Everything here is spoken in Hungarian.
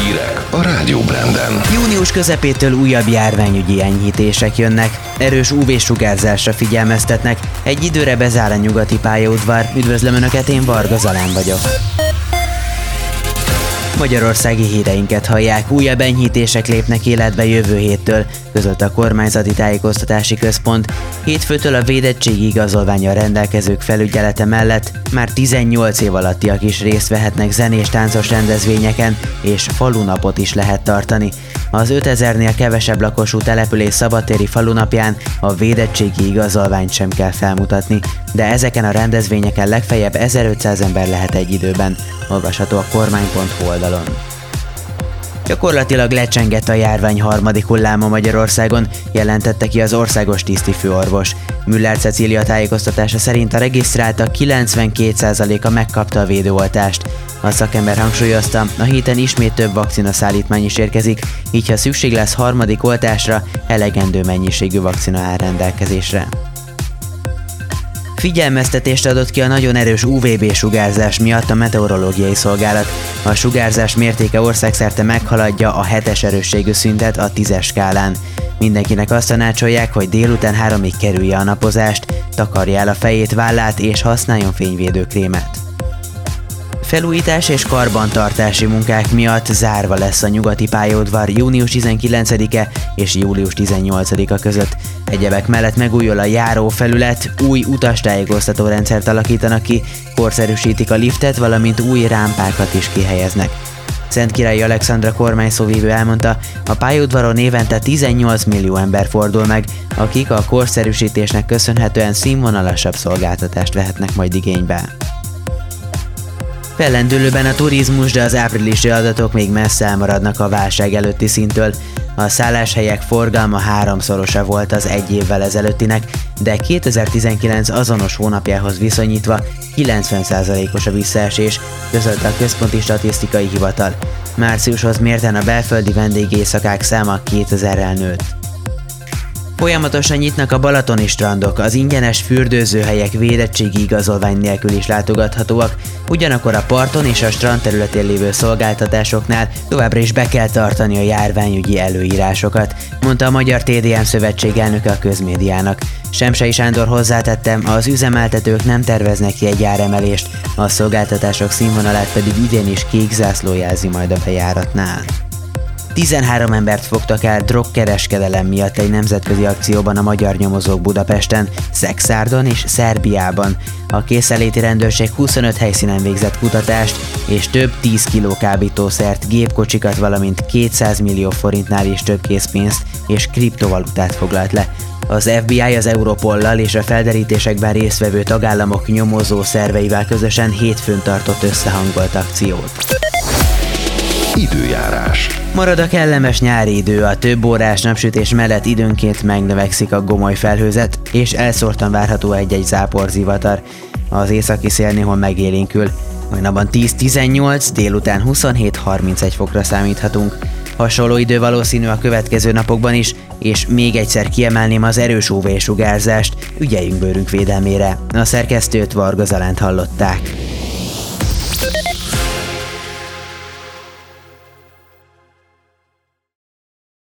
Hírek a Rádió Branden. Június közepétől újabb járványügyi enyhítések jönnek. Erős UV-sugárzásra figyelmeztetnek. Egy időre bezár a nyugati pályaudvar. Üdvözlöm Önöket, én Varga Zalán vagyok. Magyarországi híreinket hallják, újabb enyhítések lépnek életbe jövő héttől, közölte a kormányzati tájékoztatási központ. Hétfőtől a védettségi igazolvánnyal rendelkezők felügyelete mellett már 18 év alattiak is részt vehetnek zenés-táncos rendezvényeken, és falunapot is lehet tartani. Az 5000-nél kevesebb lakosú település szabadtéri falunapján a védettségi igazolványt sem kell felmutatni, de ezeken a rendezvényeken legfeljebb 1500 ember lehet egy időben. Olvasható a kormány.hu oldalon. Gyakorlatilag lecsengett a járvány harmadik hulláma Magyarországon, jelentette ki az országos tisztifőorvos. Müller Cecília tájékoztatása szerint a regisztráltak 92%-a megkapta a védőoltást. A szakember hangsúlyozta, a héten ismét több vakcinaszállítmány is érkezik, így ha szükség lesz harmadik oltásra, elegendő mennyiségű vakcina áll rendelkezésre. Figyelmeztetést adott ki a nagyon erős UVB-sugárzás miatt a meteorológiai szolgálat. A sugárzás mértéke országszerte meghaladja a 7-es erősségű szintet a 10-es skálán. Mindenkinek azt tanácsolják, hogy délután 3-ig kerülje a napozást, takarja el a fejét, vállát és használjon fényvédőkrémet. Felújítás és karbantartási munkák miatt zárva lesz a nyugati pályaudvar június 19-e és július 18-a között. Egyebek mellett megújul a járófelület, új utastájékoztató rendszert alakítanak ki, korszerűsítik a liftet, valamint új rámpákat is kihelyeznek. Szentkirályi Alexandra kormányszóvivő elmondta, a pályaudvaron évente 18 millió ember fordul meg, akik a korszerűsítésnek köszönhetően színvonalasabb szolgáltatást vehetnek majd igénybe. Fellendülőben a turizmus, de az áprilisi adatok még messze elmaradnak a válság előtti szinttől. A szálláshelyek forgalma 3-szorosa volt az egy évvel ezelőttinek, de 2019 azonos hónapjához viszonyítva 90%-os a visszaesés, közölte a Központi Statisztikai Hivatal. Márciushoz mérten a belföldi vendégészakák száma 2000-rel nőtt. Folyamatosan nyitnak a balatoni strandok, az ingyenes fürdőzőhelyek védettségi igazolvány nélkül is látogathatóak, ugyanakkor a parton és a strand területén lévő szolgáltatásoknál továbbra is be kell tartani a járványügyi előírásokat, mondta a Magyar TDM Szövetség elnöke a közmédiának. Semsey Sándor hozzátette, az üzemeltetők nem terveznek ki egy áremelést, a szolgáltatások színvonalát pedig idén is kék zászló jelzi majd a bejáratnál. 13 embert fogtak el drogkereskedelem miatt egy nemzetközi akcióban a magyar nyomozók Budapesten, Szekszárdon és Szerbiában. A készenléti rendőrség 25 helyszínen végzett kutatást, és több 10 kiló kábítószert, gépkocsikat, valamint 200 millió forintnál is több készpénzt és kriptovalutát foglalt le. Az FBI az Europollal és a felderítésekben résztvevő tagállamok nyomozó szerveivel közösen hétfőn tartott összehangolt akciót. Időjárás. Marad a kellemes nyári idő, a több órás napsütés mellett időnként megnövekszik a gomoly felhőzet, és elszórtan várható egy-egy záporzivatar. Az északi szél néhol megélénkül. Hajnalban 10-18, délután 27-31 fokra számíthatunk. Hasonló idő valószínű a következő napokban is, és még egyszer kiemelném az erős UV-sugárzást, ügyeljünk bőrünk védelmére. A szerkesztőt, Varga Zalánt hallották.